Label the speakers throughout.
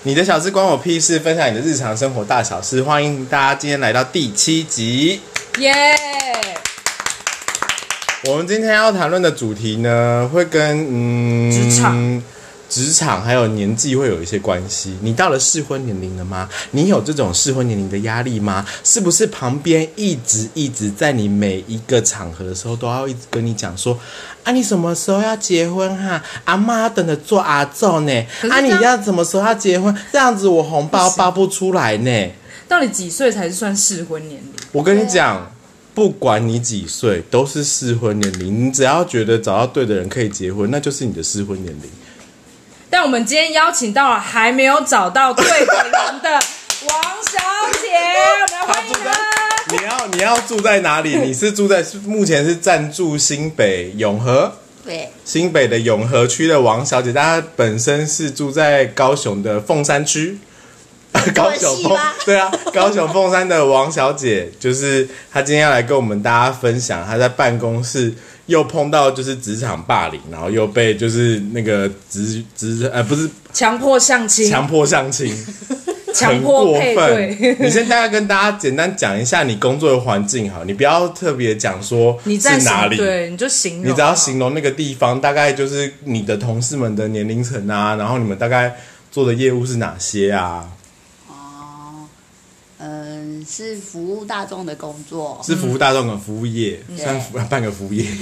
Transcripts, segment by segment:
Speaker 1: 你的小事关我屁事，分享你的日常生活大小事，欢迎大家今天来到第7集，
Speaker 2: 耶！
Speaker 1: 我们今天要谈论的主题呢，会跟职场还有年纪会有一些关系。你到了适婚年龄了吗？你有这种适婚年龄的压力吗？是不是旁边一直在你每一个场合的时候都要一直跟你讲说，啊，你什么时候要结婚哈？阿妈等着做阿祖呢？啊，你要什么时候要结婚？这样子我红包包不出来呢。
Speaker 2: 到底几岁才是算适婚年龄？
Speaker 1: 我跟你讲。不管你几岁，都是适婚年龄。你只要觉得找到对的人可以结婚，那就是你的适婚年龄。
Speaker 2: 但我们今天邀请到了还没有找到对的人的王小姐，我们来欢迎她。
Speaker 1: 你要住在哪里？你是住在目前是暂住新北永和，
Speaker 3: 对，
Speaker 1: 新北的永和区的王小姐，她本身是住在高雄的凤山区。高雄对啊，高雄凤山的王小姐，就是她今天要来跟我们大家分享，她在办公室又碰到就是职场霸凌，然后又被就是那个不是
Speaker 2: 强迫相亲，
Speaker 1: 强迫配对。你先大概跟大家简单讲一下你工作的环境好，你不要特别讲说
Speaker 2: 你在
Speaker 1: 是哪里，
Speaker 2: 对，你就形容，
Speaker 1: 你只要形容那个地方，大概就是你的同事们的年龄层啊，然后你们大概做的业务是哪些啊？
Speaker 3: 是服务大众的工作，
Speaker 1: 是服务大众的服务业，算半个服务业。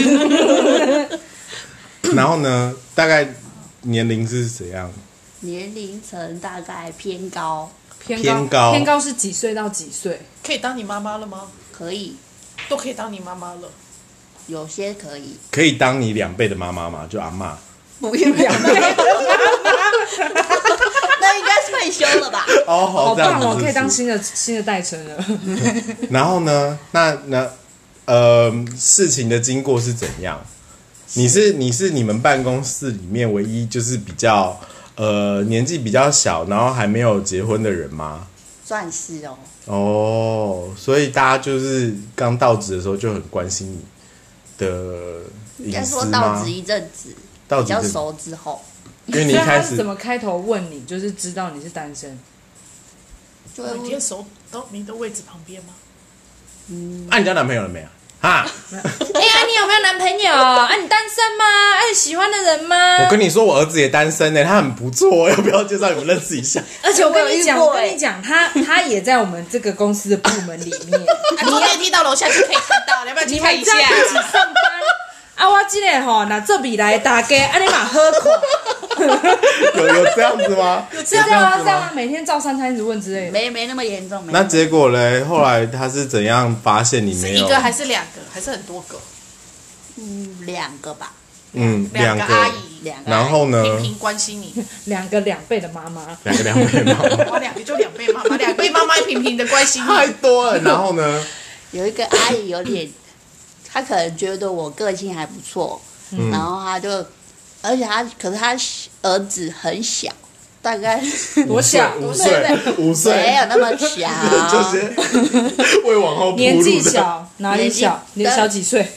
Speaker 1: 然后呢，大概年龄是怎样？
Speaker 3: 年龄层大概偏高，
Speaker 1: 偏高
Speaker 2: 是几岁到几岁？
Speaker 4: 可以当你妈妈了吗？
Speaker 3: 可以，
Speaker 4: 都可以当你妈妈了。
Speaker 3: 有些可以，
Speaker 1: 可以当你2倍的妈妈嘛？就阿嬷。
Speaker 3: 不用2倍的妈妈，那应该是退休了吧？
Speaker 1: 哦，
Speaker 2: 好棒哦，
Speaker 1: 是
Speaker 2: 可以当新的代称了。
Speaker 1: 然后呢？那事情的经过是怎样？你是你们办公室里面唯一就是比较年纪比较小，然后还没有结婚的人吗？
Speaker 3: 算是哦。
Speaker 1: 哦，所以大家就是刚到职的时候就很关心你的隐私吗？
Speaker 3: 应该说到职一阵子，比较熟之后，
Speaker 1: 因为你一开始
Speaker 2: 所以他是怎么开头问你，就是知道你是单身？
Speaker 3: 就
Speaker 4: 每天守到你的位置旁边吗？
Speaker 1: 你交男朋友了没有？哈？
Speaker 2: 哎呀，你有没有男朋友？啊，你单身吗？哎，喜欢的人吗？
Speaker 1: 我跟你说，我儿子也单身呢，他很不错，要不要介绍你们认识一下？
Speaker 2: 而且我跟你讲，他也在我们这个公司的部门里面。
Speaker 4: 坐电梯到楼下就可以看到，你要不要去看一下？
Speaker 2: 一起上班。啊，我这个吼，那这笔来大家，安尼嘛好看。
Speaker 1: 有这样子吗？
Speaker 2: 有这样啊，每天照3餐一直问之类的。
Speaker 3: 没那么严重。
Speaker 1: 那结果嘞？后来他是怎样发现你没有？
Speaker 4: 是一个还是2个，还是很多个
Speaker 3: ？2个吧。
Speaker 1: 2个
Speaker 4: 阿姨，
Speaker 1: 然后呢？
Speaker 4: 频频关心你
Speaker 2: ，2个2倍的妈妈
Speaker 1: ，2个2倍妈妈，
Speaker 4: 我2个就2倍妈妈，2倍妈妈频频的关心你，
Speaker 1: 太多了。然后呢？
Speaker 3: 有一个阿姨有点，她可能觉得我个性还不错，然后她就，而且可是她儿子很小，大概
Speaker 2: 多小
Speaker 1: ？5岁，
Speaker 3: 没有那么小，
Speaker 1: 就是会往后铺路的。
Speaker 2: 年纪小，哪里小？你小几岁？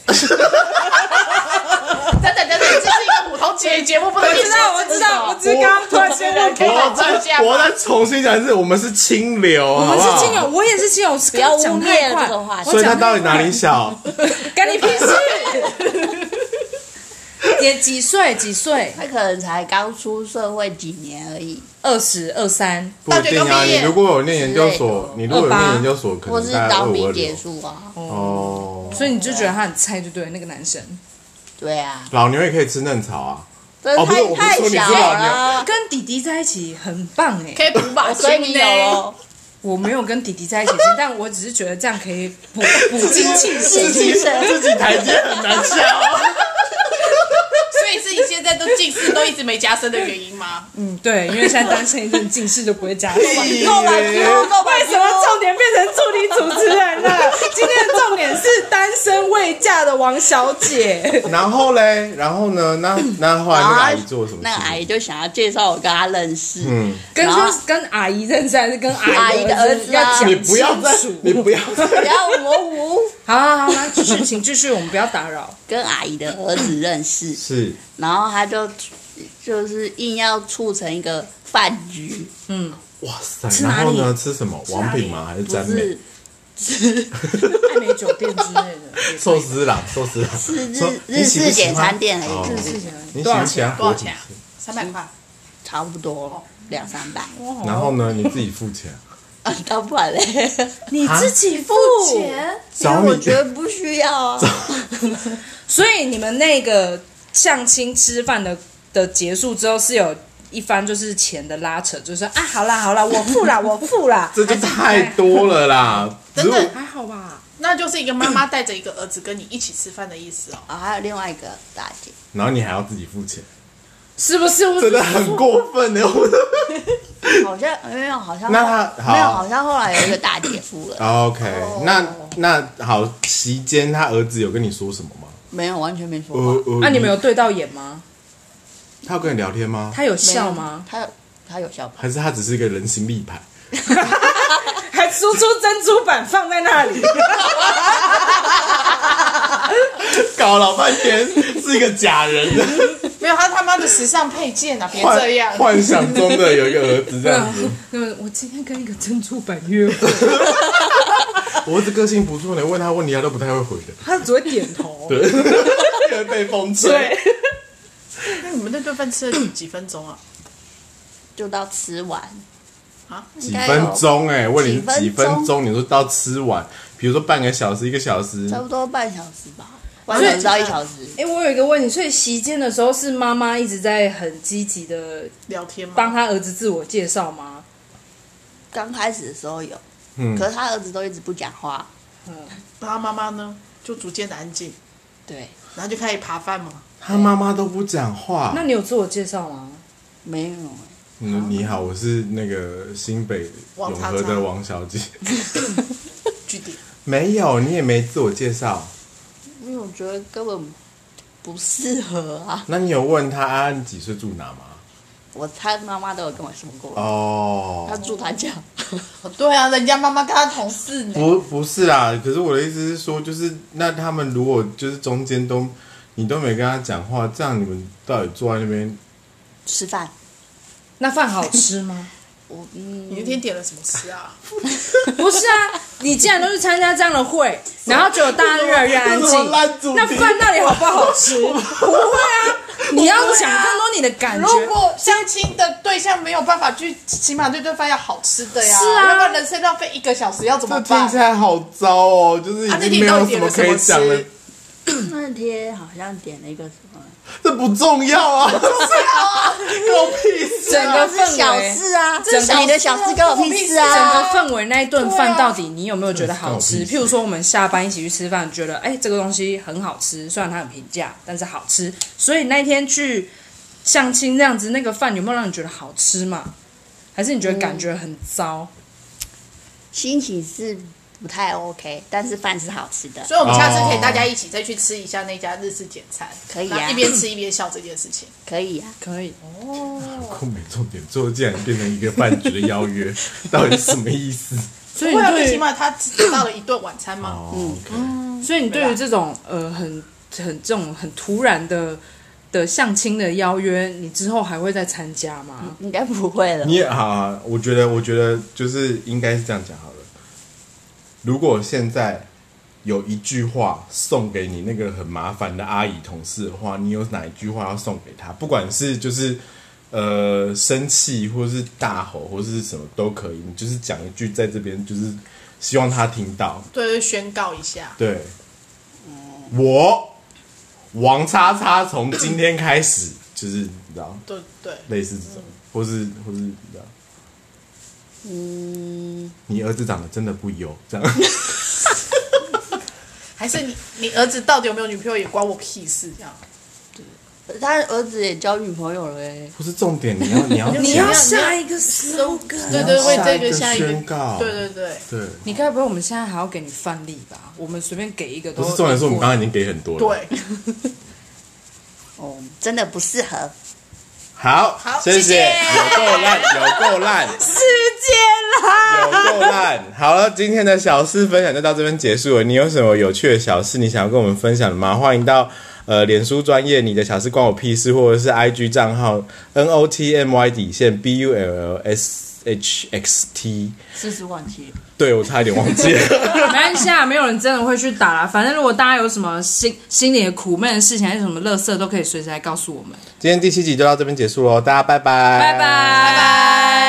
Speaker 4: 等，这是一个普通节目，不能
Speaker 2: 我知道，我只是刚刚突然间
Speaker 1: 我再重新讲一次，我们是清流，
Speaker 2: 我们是清流，我也是清流，
Speaker 3: 不要污蔑这个话。
Speaker 1: 所以他到底哪里小？
Speaker 2: 干你屁事！也几岁？
Speaker 3: 他可能才刚出社会几年而已
Speaker 2: ，20、23。
Speaker 1: 不一定啊，你如果有念研究所，可
Speaker 3: 或是
Speaker 1: 能大概
Speaker 3: 当兵结束啊。
Speaker 1: 哦，
Speaker 2: 所以你就觉得他很菜，就对了，那个男生。
Speaker 3: 对啊，
Speaker 1: 老牛也可以吃嫩草啊。
Speaker 3: 哦，不是，我不是说你是老牛，
Speaker 2: 跟弟弟在一起很棒哎，
Speaker 4: 可以补把
Speaker 3: 所以你有咯。
Speaker 2: 我没有跟弟弟在一起，但我只是觉得这样可以补精气神，
Speaker 1: 自己台阶很难下。
Speaker 4: 所以是你现在都近视都一直没加深的原因吗？
Speaker 2: 对，因为现在单身一阵，近视就不会加深。
Speaker 3: 为什
Speaker 2: 么重点变成助理主持人了？今天的重点是单身未嫁的王小姐。
Speaker 1: 然后嘞，然后呢？那后来那个阿姨做什么事？
Speaker 3: 那个阿姨就想要介绍我跟她认识，
Speaker 2: 跟阿姨认识还是跟
Speaker 3: 阿姨的儿子
Speaker 2: 要讲清楚？
Speaker 1: 你不要
Speaker 3: 模糊。
Speaker 2: 好，那请继续，我们不要打扰。
Speaker 3: 跟阿姨的儿子认识，
Speaker 1: 是，
Speaker 3: 然后他就就是硬要促成一个饭局，
Speaker 1: 哇塞，
Speaker 2: 吃哪里
Speaker 1: 然后呢？吃什么？王品吗？还是
Speaker 3: 不
Speaker 1: 沾美？
Speaker 3: 是
Speaker 2: 爱美酒店之类的，
Speaker 1: 寿司郎，寿司郎。
Speaker 3: 是
Speaker 1: 说
Speaker 3: 日式简餐店而
Speaker 1: 哦
Speaker 3: 已，
Speaker 2: 日式简餐
Speaker 1: 你喜
Speaker 2: 多少
Speaker 1: 欢喜欢
Speaker 2: 钱？
Speaker 4: 多少钱啊？300块。
Speaker 3: 差不多200-300。
Speaker 1: 然后呢？你自己付钱。
Speaker 3: 当不然嘞，
Speaker 2: 你自己付
Speaker 3: 因
Speaker 1: 找你
Speaker 3: 为我觉得不需要啊。
Speaker 2: 所以你们那个相亲吃饭的结束之后，是有一番就是钱的拉扯，就是说啊，好啦，我付啦，我付啦，
Speaker 1: 这就太多了啦！
Speaker 4: 真的
Speaker 1: 如果
Speaker 2: 还好吧？
Speaker 4: 那就是一个妈妈带着一个儿子跟你一起吃饭的意思哦。
Speaker 3: 啊，还有另外一个大姐，
Speaker 1: 然后你还要自己付钱，
Speaker 2: 是不是？
Speaker 1: 真的很过分的。
Speaker 3: 好像没有，好像
Speaker 1: 那他好
Speaker 3: 没有，好像后来有一个大姐付了，
Speaker 1: OK，那好，席间他儿子有跟你说什么吗？
Speaker 3: 没有，完全没说话。
Speaker 2: 那你们有对到眼吗？
Speaker 1: 他有跟你聊天吗？
Speaker 2: 他有笑吗？
Speaker 3: 他有笑吧？
Speaker 1: 还是他只是一个人形立牌？
Speaker 2: 还输出珍珠板放在那里？
Speaker 1: 搞老半天是一个假人，
Speaker 4: 没有，他妈的时尚配件啊！别这样。
Speaker 1: 幻想中的有一个儿子这样子。
Speaker 2: 我今天跟一个珍珠板约会，
Speaker 1: 我儿子个性不错呢，问他问题他都不太会回的，
Speaker 2: 他只会点头。
Speaker 1: 对，因为被风吹。
Speaker 4: 那你们那顿饭吃了几分钟啊？
Speaker 3: 就到吃完
Speaker 4: 啊？
Speaker 1: 几分钟问你几分
Speaker 3: 钟，
Speaker 1: 钟，你说到吃完，比如说半个小时、1个小时，
Speaker 3: 差不多半小时吧，半小时到1小时。
Speaker 2: 我有一个问题，所以席间的时候是妈妈一直在很积极的
Speaker 4: 聊天吗？
Speaker 2: 帮他儿子自我介绍吗？
Speaker 3: 刚开始的时候有，可是他儿子都一直不讲话。
Speaker 4: 然后妈妈呢，就逐渐的安静，
Speaker 3: 对，
Speaker 4: 然后就开始扒饭嘛。
Speaker 1: 他妈妈都不讲话。
Speaker 2: 那你有自我介绍吗？
Speaker 3: 没有。
Speaker 1: 你好，我是那个新北永和的王小姐。
Speaker 4: 据点
Speaker 1: 没有，你也没自我介绍。
Speaker 3: 因为我觉得根本不适合啊。
Speaker 1: 那你有问他你几岁住哪吗？
Speaker 3: 他妈妈都有跟我说过。
Speaker 1: 哦，
Speaker 3: 他住他家。
Speaker 4: 对啊，人家妈妈跟他同事呢。
Speaker 1: 不是啦，可是我的意思是说，就是那他们如果就是中间你都没跟他讲话，这样你们到底坐在那边
Speaker 3: 吃饭？
Speaker 2: 那饭好吃吗？
Speaker 4: 你那天点了什么吃啊？
Speaker 2: 不是啊，你既然都是参加这样的会，然后结果大家越来越安静，那饭到底好不好吃？不会啊，你要讲更多你的感觉。
Speaker 4: 如果相亲的对象没有办法去，起码这顿饭要好吃的呀。
Speaker 2: 是啊，
Speaker 4: 要不然人生浪费1个小时要怎么办？
Speaker 1: 这听起来好糟哦，就是已经没有什么可以讲了。
Speaker 3: 那天好像点了一个什么？
Speaker 1: 这不重要啊，关我屁事！
Speaker 2: 整个氛围
Speaker 3: 小事啊，
Speaker 2: 整个
Speaker 3: 你的小事跟我屁事
Speaker 2: 整
Speaker 3: 啊！
Speaker 2: 个氛围那一顿饭到底你有没有觉得好吃？譬如说我们下班一起去吃饭，觉得这个东西很好吃，虽然它很平价，但是好吃。所以那天去相亲这样子，那个饭有没有让你觉得好吃嘛？还是你觉得感觉很糟？
Speaker 3: 心情是不太 OK， 但是饭是好吃的。
Speaker 4: 所以我们下次可以大家一起再去吃一下那家日式简餐，
Speaker 3: 可以啊
Speaker 4: 然后一边吃一边笑这件事情。
Speaker 3: 可以啊，
Speaker 2: 可以
Speaker 1: 空没重点，最后竟然变成一个饭局的邀约，到底是什么意思？
Speaker 2: 所以
Speaker 4: 不会啊，
Speaker 2: 对
Speaker 4: 最起码他得到了一顿晚餐嘛。
Speaker 2: 所以你对于这种这种很突然的相亲的邀约，你之后还会再参加吗？
Speaker 3: 应该不会了。
Speaker 1: 你也好，我觉得就是应该是这样讲好了。如果现在有一句话送给你那个很麻烦的阿姨同事的话，你有哪一句话要送给她？不管是就是生气，或是大吼，或是什么都可以，你就是讲一句在这边，就是希望她听到。
Speaker 4: 对，宣告一下。
Speaker 1: 对，我王叉叉从今天开始，就是你知道，
Speaker 4: 对对，
Speaker 1: 类似这种，或是你知道。你儿子长得真的不优，这样。
Speaker 4: 还是你儿子到底有没有女朋友也关我屁事，这样。
Speaker 3: 他儿子也交女朋友了
Speaker 1: 不是重点，你要
Speaker 2: 你要下一个 slogan，
Speaker 4: 对对，为这个
Speaker 1: 下一个
Speaker 4: 下一个
Speaker 1: 宣告，
Speaker 4: 对。
Speaker 1: 对，
Speaker 2: 你该不会我们现在还要给你范例吧？我们随便给一个都
Speaker 1: 不是重点是我们刚刚已经给很多了。
Speaker 4: 对，
Speaker 3: 哦，真的不适合。
Speaker 1: 好，谢
Speaker 4: 好谢谢
Speaker 1: 有够烂，
Speaker 2: 世界
Speaker 1: 有够烂。好了，今天的小事分享就到这边结束了。你有什么有趣的小事你想要跟我们分享的吗？欢迎到脸书专页你的小事关我屁事，或者是 IG 账号 NOTMY_BULSHXT。
Speaker 3: 40忘记了。
Speaker 1: 对，我差一点忘记了。
Speaker 2: 没关系啊，没有人真的会去打啦。反正如果大家有什么心里的苦闷的事情，还是什么垃圾，都可以随时来告诉我们。
Speaker 1: 今天第7集就到这边结束喽，大家拜拜，
Speaker 2: 拜拜，拜拜。